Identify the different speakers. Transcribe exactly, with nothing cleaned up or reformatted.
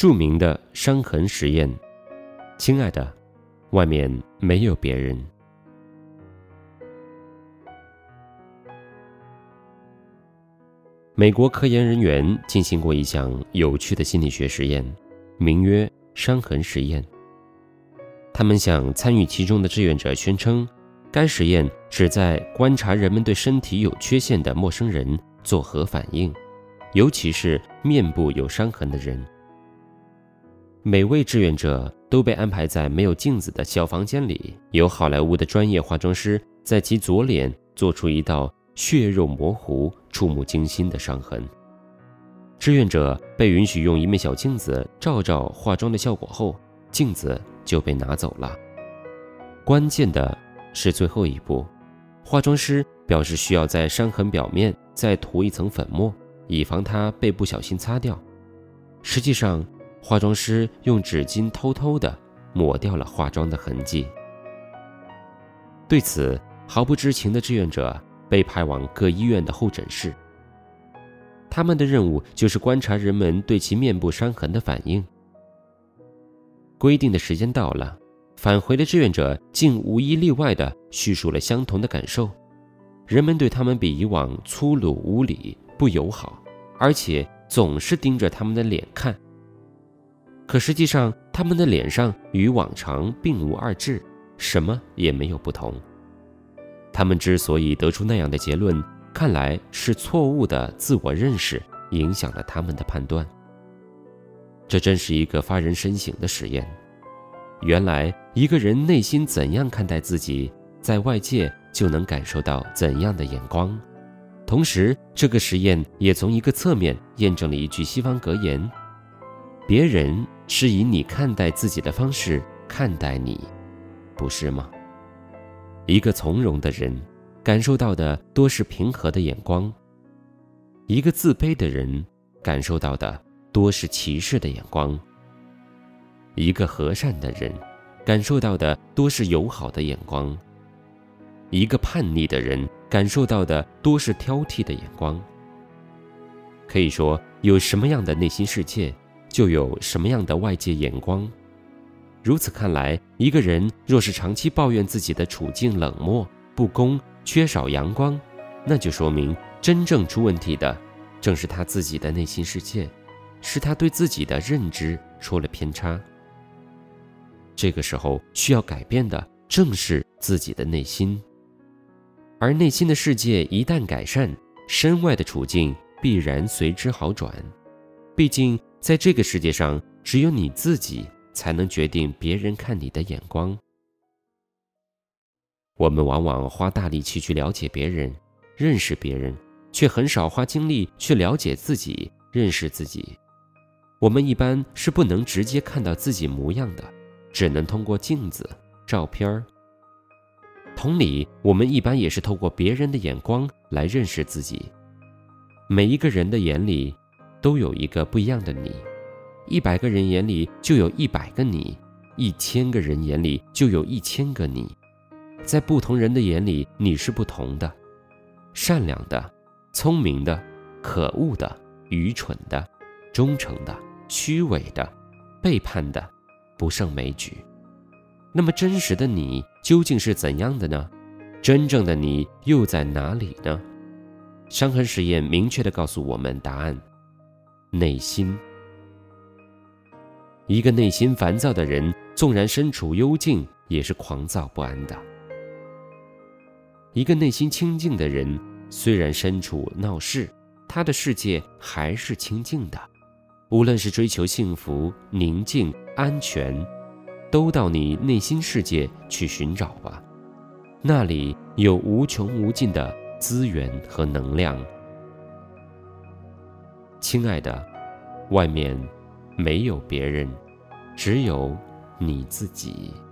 Speaker 1: 著名的伤痕实验。亲爱的，外面没有别人。美国科研人员进行过一项有趣的心理学实验，名曰伤痕实验。他们向参与其中的志愿者宣称，该实验旨在观察人们对身体有缺陷的陌生人作何反应，尤其是面部有伤痕的人。每位志愿者都被安排在没有镜子的小房间里，由好莱坞的专业化妆师在其左脸做出一道血肉模糊、触目惊心的伤痕。志愿者被允许用一面小镜子照照化妆的效果后，镜子就被拿走了。关键的是最后一步，化妆师表示需要在伤痕表面再涂一层粉末，以防它被不小心擦掉。实际上，化妆师用纸巾偷偷地抹掉了化妆的痕迹。对此，毫不知情的志愿者被派往各医院的候诊室，他们的任务就是观察人们对其面部伤痕的反应。规定的时间到了，返回的志愿者竟无一例外地叙述了相同的感受。人们对他们比以往粗鲁无礼、不友好，而且总是盯着他们的脸看。可实际上，他们的脸上与往常并无二致，什么也没有不同。他们之所以得出那样的结论，看来是错误的自我认识影响了他们的判断。这真是一个发人深省的实验。原来，一个人内心怎样看待自己，在外界就能感受到怎样的眼光。同时，这个实验也从一个侧面验证了一句西方格言：别人是以你看待自己的方式看待你，不是吗？一个从容的人感受到的多是平和的眼光，一个自卑的人感受到的多是歧视的眼光，一个和善的人感受到的多是友好的眼光，一个叛逆的人感受到的多是挑剔的眼光。可以说，有什么样的内心世界，就有什么样的外界眼光。如此看来，一个人若是长期抱怨自己的处境冷漠、不公、缺少阳光，那就说明真正出问题的正是他自己的内心世界，是他对自己的认知出了偏差。这个时候需要改变的正是自己的内心，而内心的世界一旦改善，身外的处境必然随之好转。毕竟在这个世界上，只有你自己才能决定别人看你的眼光。我们往往花大力气去了解别人、认识别人，却很少花精力去了解自己、认识自己。我们一般是不能直接看到自己模样的，只能通过镜子、照片。同理，我们一般也是透过别人的眼光来认识自己。每一个人的眼里都有一个不一样的你，一百个人眼里就有一百个你，一千个人眼里就有一千个你。在不同人的眼里，你是不同的，善良的、聪明的、可恶的、愚蠢的、忠诚的、虚伪的、背叛的，不胜枚举。那么真实的你究竟是怎样的呢？真正的你又在哪里呢？伤痕实验明确地告诉我们答案：内心。一个内心烦躁的人，纵然身处幽静，也是狂躁不安的。一个内心清静的人，虽然身处闹市，他的世界还是清静的。无论是追求幸福、宁静、安全，都到你内心世界去寻找吧，那里有无穷无尽的资源和能量。亲爱的，外面没有别人，只有你自己。